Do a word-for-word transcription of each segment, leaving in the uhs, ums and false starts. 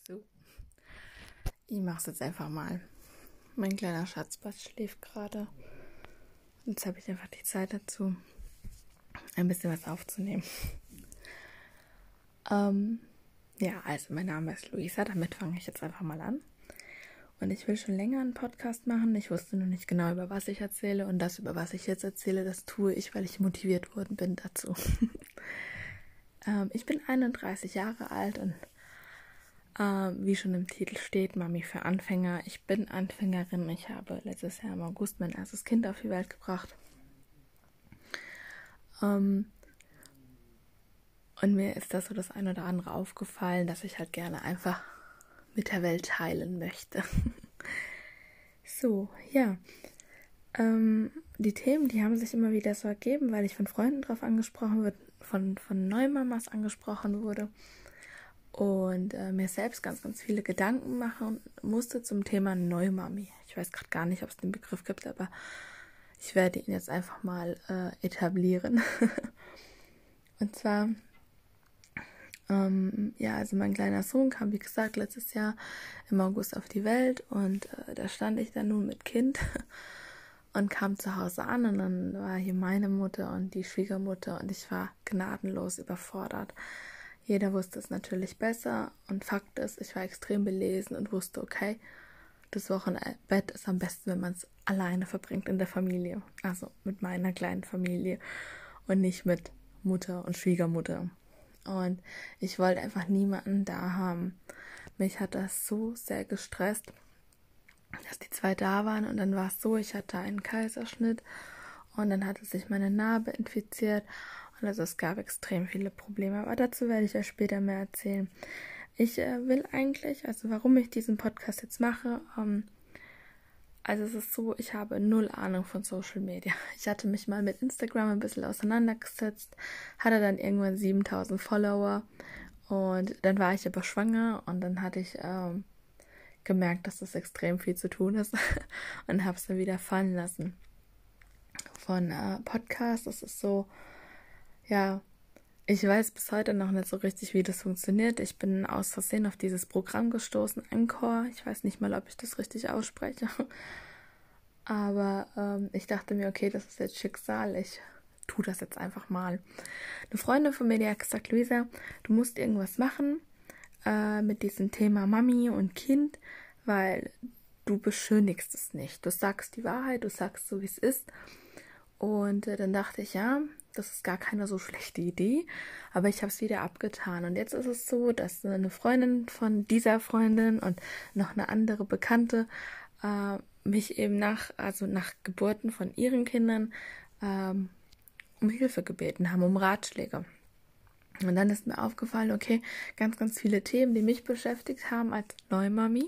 So, ich mach's jetzt einfach mal. Mein kleiner Schatzpatz schläft gerade. Jetzt habe ich einfach die Zeit dazu, ein bisschen was aufzunehmen. ähm, ja, also mein Name ist Luisa, damit fange ich jetzt einfach mal an. Und ich will schon länger einen Podcast machen. Ich wusste noch nicht genau, über was ich erzähle. Und das, über was ich jetzt erzähle, das tue ich, weil ich motiviert worden bin dazu. ähm, ich bin einunddreißig Jahre alt und äh, wie schon im Titel steht, Mami für Anfänger. Ich bin Anfängerin. Ich habe letztes Jahr im August mein erstes Kind auf die Welt gebracht. Ähm, und mir ist das so das ein oder andere aufgefallen, dass ich halt gerne einfach mit der Welt teilen möchte. So, ja. Ähm, die Themen, die haben sich immer wieder so ergeben, weil ich von Freunden drauf angesprochen wurde, von, von Neumamas angesprochen wurde und äh, mir selbst ganz, ganz viele Gedanken machen musste zum Thema Neumami. Ich weiß gerade gar nicht, ob es den Begriff gibt, aber ich werde ihn jetzt einfach mal äh, etablieren. Und zwar Ähm, ja, also mein kleiner Sohn kam, wie gesagt, letztes Jahr im August auf die Welt und äh, da stand ich dann nun mit Kind und kam zu Hause an und dann war hier meine Mutter und die Schwiegermutter und ich war gnadenlos überfordert. Jeder wusste es natürlich besser und Fakt ist, ich war extrem belesen und wusste, okay, das Wochenbett ist am besten, wenn man es alleine verbringt in der Familie, also mit meiner kleinen Familie und nicht mit Mutter und Schwiegermutter. Und ich wollte einfach niemanden da haben. Mich hat das so sehr gestresst, dass die zwei da waren. Und dann war es so, ich hatte einen Kaiserschnitt und dann hatte sich meine Narbe infiziert. Und also es gab extrem viele Probleme. Aber dazu werde ich euch später mehr erzählen. Ich äh, will eigentlich, also warum ich diesen Podcast jetzt mache, ähm, also es ist so, ich habe null Ahnung von Social Media. Ich hatte mich mal mit Instagram ein bisschen auseinandergesetzt, hatte dann irgendwann siebentausend Follower und dann war ich aber schwanger und dann hatte ich ähm, gemerkt, dass das extrem viel zu tun ist und habe es dann wieder fallen lassen. Von äh, Podcast, das ist so, ja, ich weiß bis heute noch nicht so richtig, wie das funktioniert. Ich bin aus Versehen auf dieses Programm gestoßen, Anchor. Ich weiß nicht mal, ob ich das richtig ausspreche. Aber ähm, ich dachte mir, okay, das ist jetzt Schicksal. Ich tue das jetzt einfach mal. Eine Freundin von mir, die hat gesagt, Luisa, du musst irgendwas machen äh, mit diesem Thema Mami und Kind, weil du beschönigst es nicht. Du sagst die Wahrheit, du sagst so, wie es ist. Und äh, dann dachte ich, ja, das ist gar keine so schlechte Idee, aber ich habe es wieder abgetan. Und jetzt ist es so, dass eine Freundin von dieser Freundin und noch eine andere Bekannte äh, mich eben nach, also nach Geburten von ihren Kindern ähm, um Hilfe gebeten haben, um Ratschläge. Und dann ist mir aufgefallen, okay, ganz, ganz viele Themen, die mich beschäftigt haben als Neumami,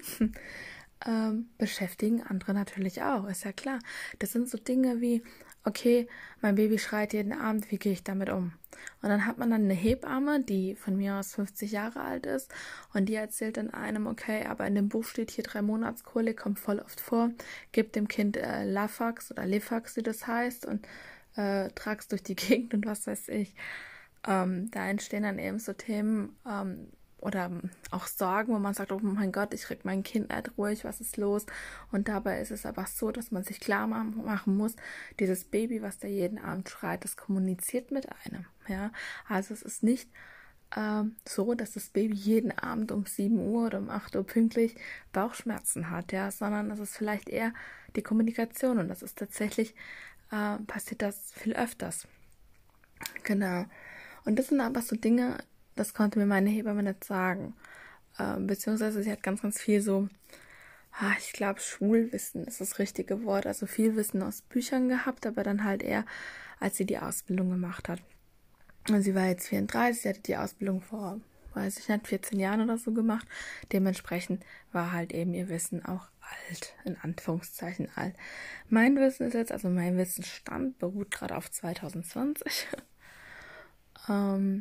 ähm, beschäftigen andere natürlich auch, ist ja klar. Das sind so Dinge wie, okay, mein Baby schreit jeden Abend, wie gehe ich damit um? Und dann hat man dann eine Hebamme, die von mir aus fünfzig Jahre alt ist und die erzählt dann einem, okay, aber in dem Buch steht hier drei Monatskolik, kommt voll oft vor, gib dem Kind äh, Lafax oder Lefax, wie das heißt, und äh, trag's durch die Gegend und was weiß ich. Ähm, da entstehen dann eben so Themen, ähm, oder auch Sorgen, wo man sagt, oh mein Gott, ich krieg mein Kind nicht ruhig, was ist los? Und dabei ist es aber so, dass man sich klar machen muss, dieses Baby, was da jeden Abend schreit, das kommuniziert mit einem. Ja? Also es ist nicht ähm, so, dass das Baby jeden Abend um sieben Uhr oder um acht Uhr pünktlich Bauchschmerzen hat, ja, sondern es ist vielleicht eher die Kommunikation und das ist tatsächlich, äh, passiert das viel öfters. Genau. Und das sind aber so Dinge, das konnte mir meine Hebamme nicht sagen. Ähm, beziehungsweise sie hat ganz, ganz viel so, ah, ich glaube, Schulwissen ist das richtige Wort. Also viel Wissen aus Büchern gehabt, aber dann halt eher, als sie die Ausbildung gemacht hat. Und sie war jetzt vierunddreißig, sie hatte die Ausbildung vor, weiß ich nicht, vierzehn Jahren oder so gemacht. Dementsprechend war halt eben ihr Wissen auch alt, in Anführungszeichen alt. Mein Wissen ist jetzt, also mein Wissensstand beruht gerade auf zwanzig zwanzig. ähm,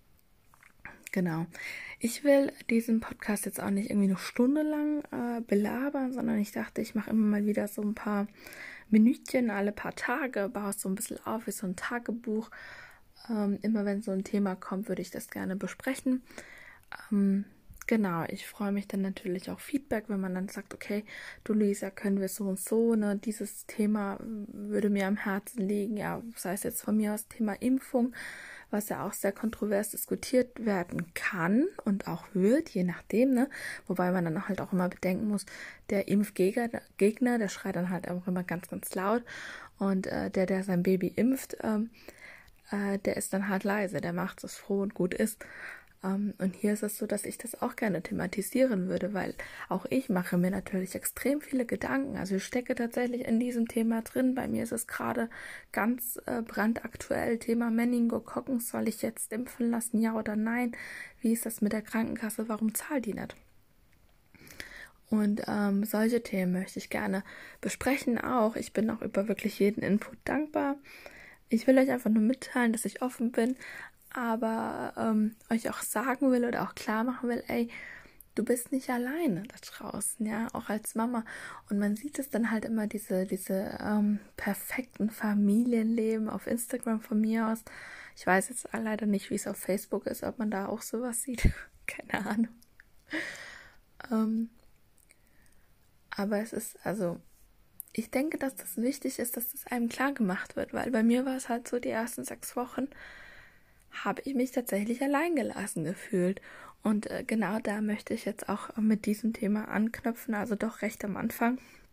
Genau. Ich will diesen Podcast jetzt auch nicht irgendwie eine Stunde lang äh, belabern, sondern ich dachte, ich mache immer mal wieder so ein paar Minütchen alle paar Tage, baue es so ein bisschen auf wie so ein Tagebuch. Ähm, immer wenn so ein Thema kommt, würde ich das gerne besprechen. Ähm, Genau, ich freue mich dann natürlich auch Feedback, wenn man dann sagt, okay, du Luisa, können wir so und so, ne, dieses Thema würde mir am Herzen liegen, ja, sei es jetzt von mir aus Thema Impfung, was ja auch sehr kontrovers diskutiert werden kann und auch wird, je nachdem, ne, wobei man dann halt auch immer bedenken muss, der Impfgegner, Gegner, der schreit dann halt auch immer ganz, ganz laut und äh, der, der sein Baby impft, ähm, äh, der ist dann halt leise, der macht es froh und gut ist. Um, und hier ist es so, dass ich das auch gerne thematisieren würde, weil auch ich mache mir natürlich extrem viele Gedanken. Also ich stecke tatsächlich in diesem Thema drin. Bei mir ist es gerade ganz äh, brandaktuell, Thema Meningokokken. Soll ich jetzt impfen lassen, ja oder nein? Wie ist das mit der Krankenkasse? Warum zahlt die nicht? Und ähm, solche Themen möchte ich gerne besprechen auch. Ich bin auch über wirklich jeden Input dankbar. Ich will euch einfach nur mitteilen, dass ich offen bin, aber ähm, euch auch sagen will oder auch klar machen will, ey, du bist nicht alleine da draußen, ja, auch als Mama. Und man sieht es dann halt immer, diese, diese ähm, perfekten Familienleben auf Instagram von mir aus. Ich weiß jetzt leider nicht, wie es auf Facebook ist, ob man da auch sowas sieht. Keine Ahnung. Ähm, aber es ist, also, ich denke, dass das wichtig ist, dass das einem klar gemacht wird, weil bei mir war es halt so, die ersten sechs Wochen habe ich mich tatsächlich allein gelassen gefühlt. Und äh, genau da möchte ich jetzt auch mit diesem Thema anknüpfen, also doch recht am Anfang.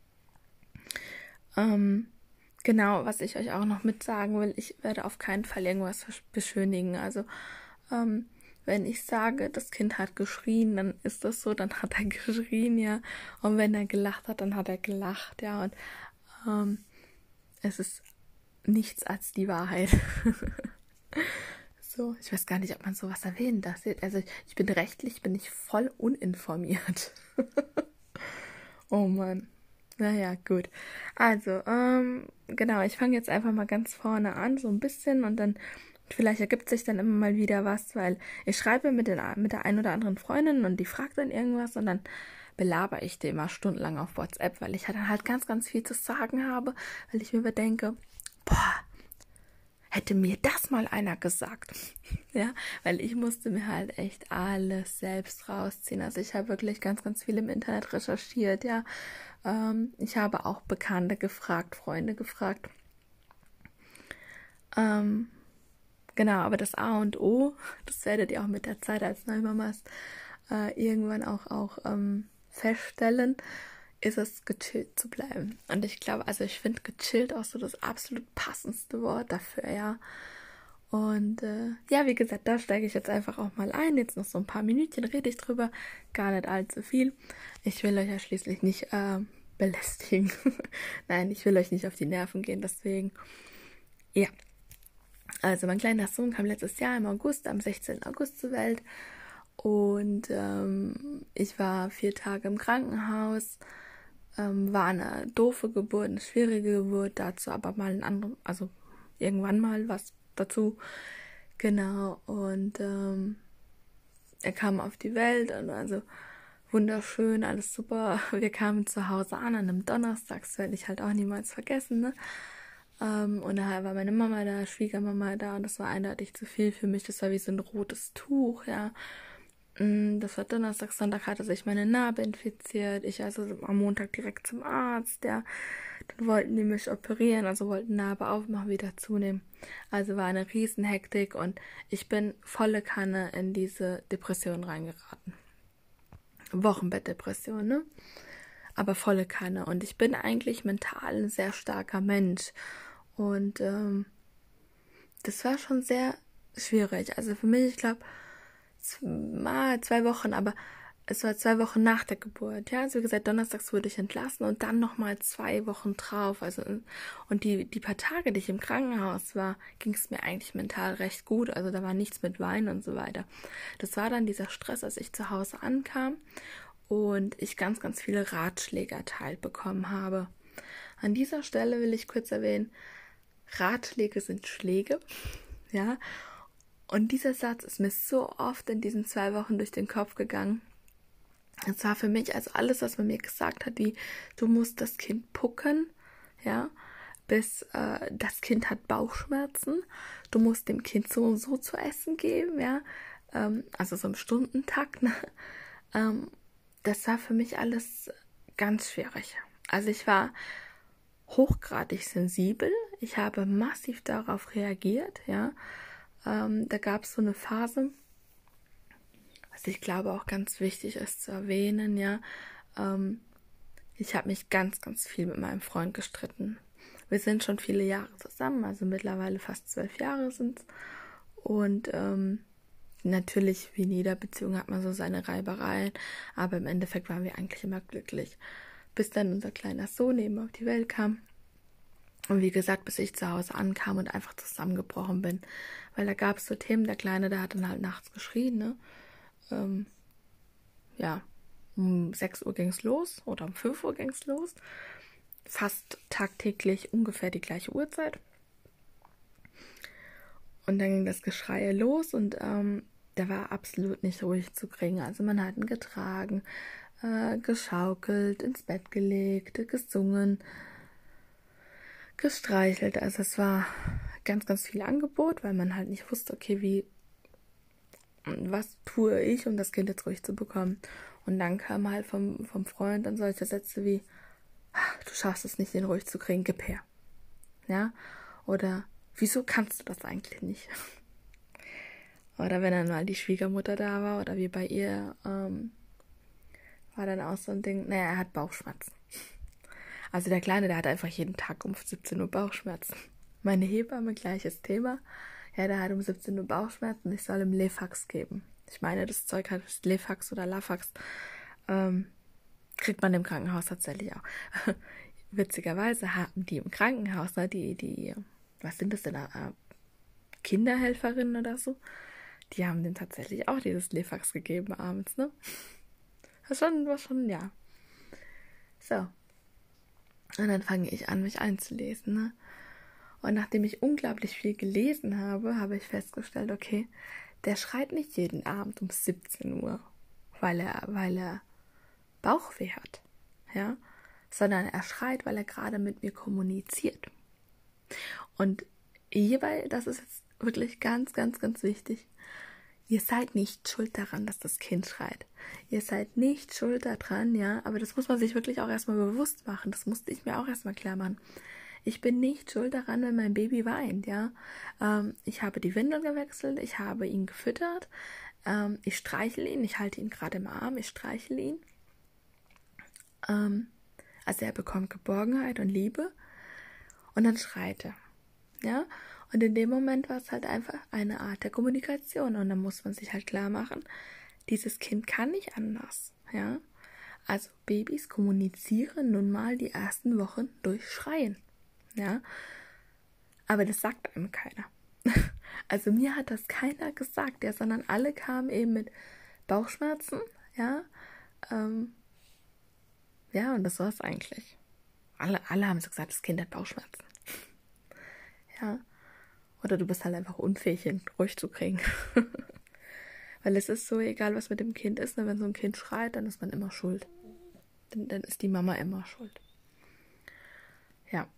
Ähm, genau, was ich euch auch noch mitsagen will, ich werde auf keinen Fall irgendwas beschönigen. Also ähm, wenn ich sage, das Kind hat geschrien, dann ist das so, dann hat er geschrien, ja. Und wenn er gelacht hat, dann hat er gelacht, ja. Und ähm, es ist nichts als die Wahrheit. So, ich weiß gar nicht, ob man sowas erwähnen darf. Also ich bin rechtlich, bin ich voll uninformiert. Oh Mann. Naja, gut. Also, ähm, genau, ich fange jetzt einfach mal ganz vorne an, so ein bisschen und dann vielleicht ergibt sich dann immer mal wieder was, weil ich schreibe mit, den, mit der einen oder anderen Freundin und die fragt dann irgendwas und dann belabere ich die immer stundenlang auf WhatsApp, weil ich dann halt ganz, ganz viel zu sagen habe, weil ich mir bedenke, boah, hätte mir das mal einer gesagt, ja, weil ich musste mir halt echt alles selbst rausziehen. Also ich habe wirklich ganz, ganz viel im Internet recherchiert, ja. Ähm, ich habe auch Bekannte gefragt, Freunde gefragt. Ähm, genau, aber das A und O, das werdet ihr auch mit der Zeit als Neumamas äh, irgendwann auch, auch ähm, feststellen, ist es, gechillt zu bleiben. Und ich glaube, also ich finde gechillt auch so das absolut passendste Wort dafür, ja. Und äh, ja, wie gesagt, da steige ich jetzt einfach auch mal ein. Jetzt noch so ein paar Minütchen rede ich drüber. Gar nicht allzu viel. Ich will euch ja schließlich nicht äh, belästigen. Nein, ich will euch nicht auf die Nerven gehen, deswegen. Ja. Also mein kleiner Sohn kam letztes Jahr im August, am sechzehnten August zur Welt. Und ähm, ich war vier Tage im Krankenhaus. Ähm, war eine doofe Geburt, eine schwierige Geburt, dazu aber mal ein anderes, also irgendwann mal was dazu. Genau, und ähm, er kam auf die Welt und also wunderschön, alles super. Wir kamen zu Hause an, an einem Donnerstag, das werde ich halt auch niemals vergessen, ne? Ähm, und daher war meine Mama da, Schwiegermama da und das war eindeutig zu viel für mich. Das war wie so ein rotes Tuch, ja. Das war Donnerstag, Sonntag hatte sich meine Narbe infiziert. Ich also am Montag direkt zum Arzt, ja. Dann wollten die mich operieren, also wollten Narbe aufmachen, wieder zunehmen. Also war eine riesen Hektik und ich bin volle Kanne in diese Depression reingeraten. Wochenbettdepression, ne? Aber volle Kanne. Und ich bin eigentlich mental ein sehr starker Mensch. Und ähm, das war schon sehr schwierig. Also für mich, ich glaube, mal zwei Wochen, aber es war zwei Wochen nach der Geburt, ja, also wie gesagt, donnerstags wurde ich entlassen und dann nochmal zwei Wochen drauf, also und die, die paar Tage, die ich im Krankenhaus war, ging es mir eigentlich mental recht gut, also da war nichts mit Weinen und so weiter. Das war dann dieser Stress, als ich zu Hause ankam und ich ganz, ganz viele Ratschläge erteilt bekommen habe. An dieser Stelle will ich kurz erwähnen, Ratschläge sind Schläge, ja. Und dieser Satz ist mir so oft in diesen zwei Wochen durch den Kopf gegangen. Es war für mich also alles, was man mir gesagt hat, wie du musst das Kind pucken, ja, bis äh, das Kind hat Bauchschmerzen, du musst dem Kind so und so zu essen geben, ja, ähm, also so im Stundentakt, ne? Ähm, das war für mich alles ganz schwierig. Also ich war hochgradig sensibel. Ich habe massiv darauf reagiert, ja. Ähm, da gab es so eine Phase, was ich glaube auch ganz wichtig ist zu erwähnen, ja. Ähm, ich habe mich ganz, ganz viel mit meinem Freund gestritten. Wir sind schon viele Jahre zusammen, also mittlerweile fast zwölf Jahre sind es. Und ähm, natürlich, wie in jeder Beziehung hat man so seine Reibereien, aber im Endeffekt waren wir eigentlich immer glücklich. Bis dann unser kleiner Sohn eben auf die Welt kam. Und wie gesagt, bis ich zu Hause ankam und einfach zusammengebrochen bin. Weil da gab es so Themen, der Kleine, der hat dann halt nachts geschrien, ne? Ähm, ja, um sechs Uhr ging es los oder um fünf Uhr ging es los. Fast tagtäglich ungefähr die gleiche Uhrzeit. Und dann ging das Geschrei los und ähm, der war absolut nicht ruhig zu kriegen. Also man hat ihn getragen, äh, geschaukelt, ins Bett gelegt, gesungen, gestreichelt. Also es war ganz, ganz viel Angebot, weil man halt nicht wusste, okay, wie, was tue ich, um das Kind jetzt ruhig zu bekommen. Und dann kam halt vom, vom Freund dann solche Sätze wie, du schaffst es nicht, den ruhig zu kriegen, gib her. Ja, oder wieso kannst du das eigentlich nicht? Oder wenn dann mal die Schwiegermutter da war oder wie bei ihr, ähm, war dann auch so ein Ding, naja, er hat Bauchschmerzen. Also der Kleine, der hat einfach jeden Tag um siebzehn Uhr Bauchschmerzen. Meine Hebamme, gleiches Thema. Ja, der hat um siebzehn Uhr Bauchschmerzen, ich soll ihm Lefax geben. Ich meine, das Zeug heißt Lefax oder Lafax. Ähm, kriegt man im Krankenhaus tatsächlich auch. Witzigerweise haben die im Krankenhaus, ne, die, die, was sind das denn, äh, Kinderhelferinnen oder so, die haben dem tatsächlich auch dieses Lefax gegeben abends, ne? Das war schon, war schon, ja. So. Und dann fange ich an, mich einzulesen, ne? Und nachdem ich unglaublich viel gelesen habe, habe ich festgestellt, okay, der schreit nicht jeden Abend um siebzehn Uhr, weil er, weil er Bauchweh hat, ja, sondern er schreit, weil er gerade mit mir kommuniziert. Und hierbei, das ist jetzt wirklich ganz, ganz, ganz wichtig, ihr seid nicht schuld daran, dass das Kind schreit. Ihr seid nicht schuld daran, ja, aber das muss man sich wirklich auch erstmal bewusst machen. Das musste ich mir auch erstmal klar machen. Ich bin nicht schuld daran, wenn mein Baby weint, ja. Ähm, ich habe die Windel gewechselt, ich habe ihn gefüttert, ähm, ich streichel ihn, ich halte ihn gerade im Arm, ich streichel ihn. Ähm, also er bekommt Geborgenheit und Liebe und dann schreit er, ja. Und in dem Moment war es halt einfach eine Art der Kommunikation und dann muss man sich halt klar machen, dieses Kind kann nicht anders, ja. Also Babys kommunizieren nun mal die ersten Wochen durch Schreien, ja. Aber das sagt einem keiner. Also mir hat das keiner gesagt, ja, sondern alle kamen eben mit Bauchschmerzen, ja. Ähm, ja, und das war es eigentlich. Alle, alle haben so gesagt, das Kind hat Bauchschmerzen. Ja. Oder du bist halt einfach unfähig, ihn ruhig zu kriegen. Weil es ist so, egal was mit dem Kind ist, ne? Wenn so ein Kind schreit, dann ist man immer schuld. Dann, dann ist die Mama immer schuld. Ja.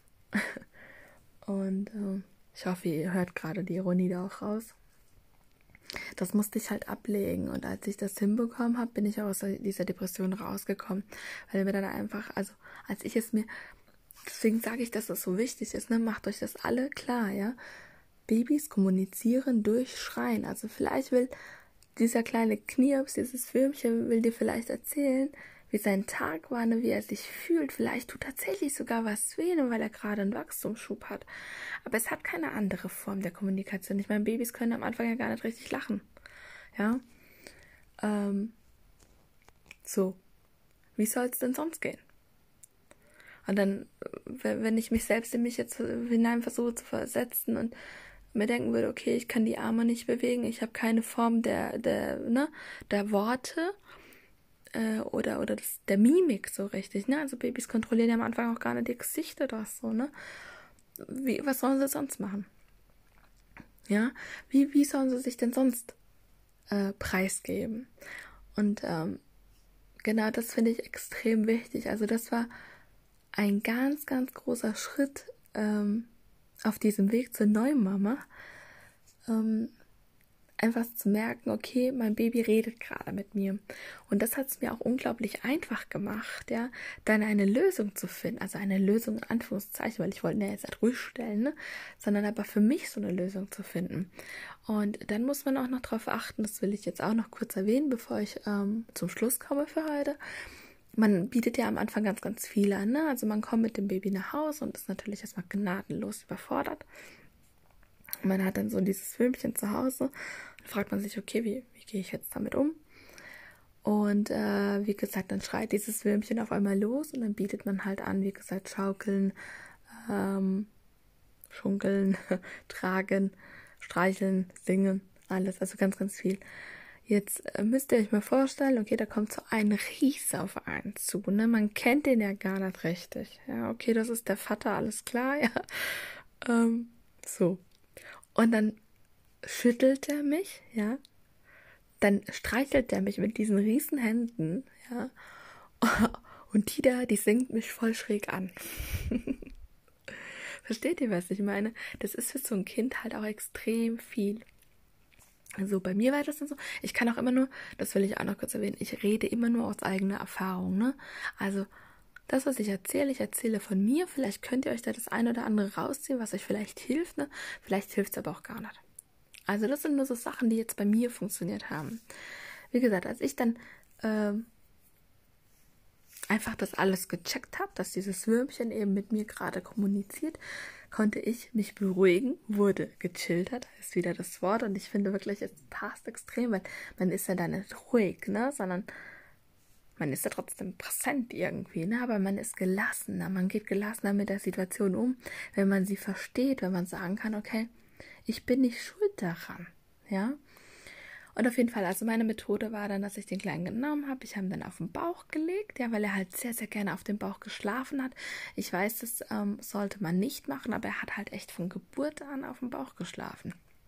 Und äh, ich hoffe, ihr hört gerade die Ironie da auch raus. Das musste ich halt ablegen. Und als ich das hinbekommen habe, bin ich auch aus dieser Depression rausgekommen. Weil mir dann einfach, also als ich es mir, deswegen sage ich, dass das so wichtig ist, ne? Macht euch das alle klar, ja. Babys kommunizieren durch Schreien. Also vielleicht will dieser kleine Knirps, dieses Würmchen, will dir vielleicht erzählen, wie sein Tag war, ne, wie er sich fühlt. Vielleicht tut tatsächlich sogar was weh, weil er gerade einen Wachstumsschub hat. Aber es hat keine andere Form der Kommunikation. Ich meine, Babys können am Anfang ja gar nicht richtig lachen. Ja. Ähm, so. Wie soll es denn sonst gehen? Und dann, wenn ich mich selbst in mich jetzt hinein versuche zu versetzen und mir denken würde, okay, ich kann die Arme nicht bewegen, ich habe keine Form der, der, ne, der Worte äh, oder, oder das, der Mimik so richtig, ne? Also Babys kontrollieren ja am Anfang auch gar nicht ihr Gesicht oder so, ne? Wie, was sollen sie sonst machen? Ja? Wie, wie sollen sie sich denn sonst äh, preisgeben? Und ähm, genau das finde ich extrem wichtig. Also das war ein ganz, ganz großer Schritt ähm, auf diesem Weg zur Neumama, ähm, einfach zu merken, okay, mein Baby redet gerade mit mir. Und das hat es mir auch unglaublich einfach gemacht, ja, dann eine Lösung zu finden. Also eine Lösung in Anführungszeichen, weil ich wollte ihn ja jetzt nicht ruhig stellen, ne? Sondern aber für mich so eine Lösung zu finden. Und dann muss man auch noch darauf achten, das will ich jetzt auch noch kurz erwähnen, bevor ich ähm, zum Schluss komme für heute. Man bietet ja am Anfang ganz, ganz viel an, ne? Also man kommt mit dem Baby nach Hause und ist natürlich erstmal gnadenlos überfordert. Man hat dann so dieses Filmchen zu Hause. Dann fragt man sich, okay, wie, wie gehe ich jetzt damit um? Und äh, wie gesagt, dann schreit dieses Würmchen auf einmal los und dann bietet man halt an, wie gesagt, schaukeln, ähm, schunkeln, tragen, streicheln, singen, alles, also ganz, ganz viel. Jetzt äh, müsst ihr euch mal vorstellen, okay, da kommt so ein Ries auf einen zu, ne? Man kennt den ja gar nicht richtig. Ja, okay, das ist der Vater, alles klar, ja. Ähm, so. Und dann schüttelt er mich, ja. Dann streichelt er mich mit diesen riesen Händen, ja. Und die da, die singt mich voll schräg an. Versteht ihr, was ich meine? Das ist für so ein Kind halt auch extrem viel. Also bei mir war das dann so, ich kann auch immer nur, das will ich auch noch kurz erwähnen, ich rede immer nur aus eigener Erfahrung, ne? Also das, was ich erzähle, ich erzähle von mir, vielleicht könnt ihr euch da das eine oder andere rausziehen, was euch vielleicht hilft, ne? Vielleicht hilft es aber auch gar nicht. Also das sind nur so Sachen, die jetzt bei mir funktioniert haben. Wie gesagt, als ich dann äh, einfach das alles gecheckt habe, dass dieses Würmchen eben mit mir gerade kommuniziert, konnte ich mich beruhigen, wurde gechilltert, ist wieder das Wort. Und ich finde wirklich, es passt extrem, weil man ist ja da nicht ruhig, ne, sondern man ist ja trotzdem präsent irgendwie, ne, aber man ist gelassener, man geht gelassener mit der Situation um, wenn man sie versteht, wenn man sagen kann, okay, ich bin nicht schuld daran, ja. Und auf jeden Fall, also meine Methode war dann, dass ich den Kleinen genommen habe. Ich habe ihn dann auf den Bauch gelegt, ja, weil er halt sehr, sehr gerne auf dem Bauch geschlafen hat. Ich weiß, das ähm, sollte man nicht machen, aber er hat halt echt von Geburt an auf dem Bauch geschlafen.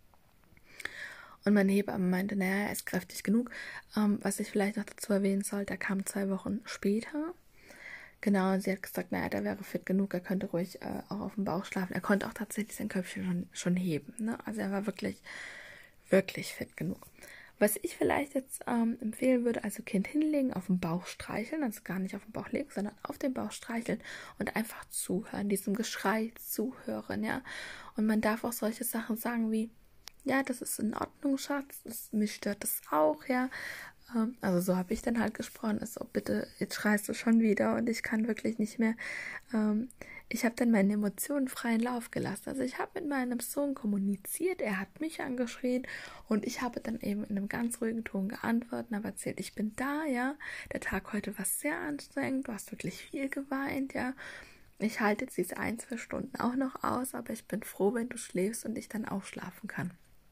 Und meine Hebamme meinte, naja, er ist kräftig genug. Ähm, was ich vielleicht noch dazu erwähnen sollte, er kam zwei Wochen später. Genau, und sie hat gesagt, naja, der wäre fit genug, er könnte ruhig äh, auch auf dem Bauch schlafen. Er konnte auch tatsächlich sein Köpfchen schon, schon heben, ne? Also er war wirklich, wirklich fit genug. Was ich vielleicht jetzt ähm, empfehlen würde, also Kind hinlegen, auf den Bauch streicheln, also gar nicht auf den Bauch legen, sondern auf den Bauch streicheln und einfach zuhören, diesem Geschrei zuhören, ja. Und man darf auch solche Sachen sagen wie, ja, das ist in Ordnung, Schatz, das, mich stört das auch, ja. Ähm, also so habe ich dann halt gesprochen, also bitte, jetzt schreist du schon wieder und ich kann wirklich nicht mehr, ähm, ich habe dann meine Emotionen freien Lauf gelassen. Also ich habe mit meinem Sohn kommuniziert, er hat mich angeschrien und ich habe dann eben in einem ganz ruhigen Ton geantwortet und habe erzählt, ich bin da, ja, der Tag heute war sehr anstrengend, du hast wirklich viel geweint, ja. Ich halte jetzt diese ein, zwei Stunden auch noch aus, aber ich bin froh, wenn du schläfst und ich dann auch schlafen kann.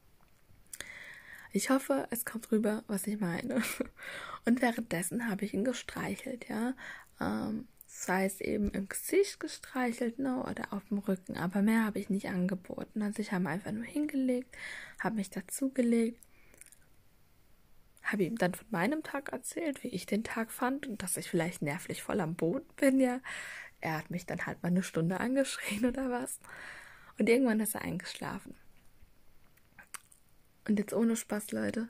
Ich hoffe, es kommt rüber, was ich meine. Und währenddessen habe ich ihn gestreichelt, ja. Ähm, sei es eben im Gesicht gestreichelt, ne, oder auf dem Rücken. Aber mehr habe ich nicht angeboten. Also ich habe einfach nur hingelegt, habe mich dazugelegt, habe ihm dann von meinem Tag erzählt, wie ich den Tag fand und dass ich vielleicht nervlich voll am Boden bin, ja. Er hat mich dann halt mal eine Stunde angeschrien oder was. Und irgendwann ist er eingeschlafen. Und jetzt ohne Spaß, Leute.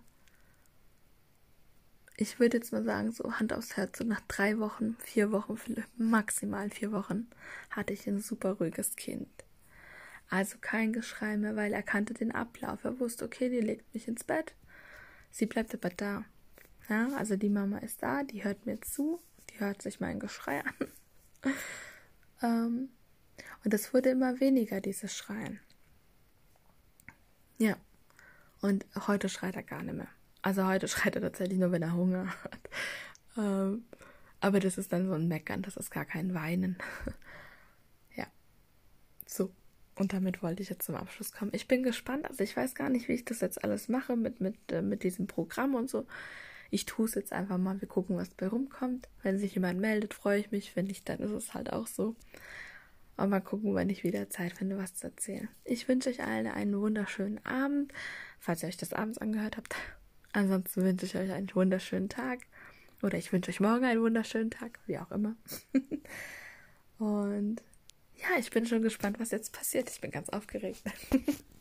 Ich würde jetzt mal sagen, so Hand aufs Herz, so nach drei Wochen, vier Wochen, maximal vier Wochen, hatte ich ein super ruhiges Kind. Also kein Geschrei mehr, weil er kannte den Ablauf. Er wusste, okay, die legt mich ins Bett. Sie bleibt aber da. Ja, also die Mama ist da, die hört mir zu, die hört sich mein Geschrei an. ähm, und es wurde immer weniger, dieses Schreien. Ja. Und heute schreit er gar nicht mehr. Also heute schreit er tatsächlich nur, wenn er Hunger hat. Ähm, aber das ist dann so ein Meckern, das ist gar kein Weinen. Ja, so. Und damit wollte ich jetzt zum Abschluss kommen. Ich bin gespannt, also ich weiß gar nicht, wie ich das jetzt alles mache mit, mit, äh, mit diesem Programm und so. Ich tue es jetzt einfach mal, wir gucken, was bei rumkommt. Wenn sich jemand meldet, freue ich mich. Wenn nicht, dann ist es halt auch so. Aber mal gucken, wann ich wieder Zeit finde, was zu erzählen. Ich wünsche euch allen einen wunderschönen Abend, falls ihr euch das abends angehört habt. Ansonsten wünsche ich euch einen wunderschönen Tag. Oder ich wünsche euch morgen einen wunderschönen Tag, wie auch immer. Und ja, ich bin schon gespannt, was jetzt passiert. Ich bin ganz aufgeregt.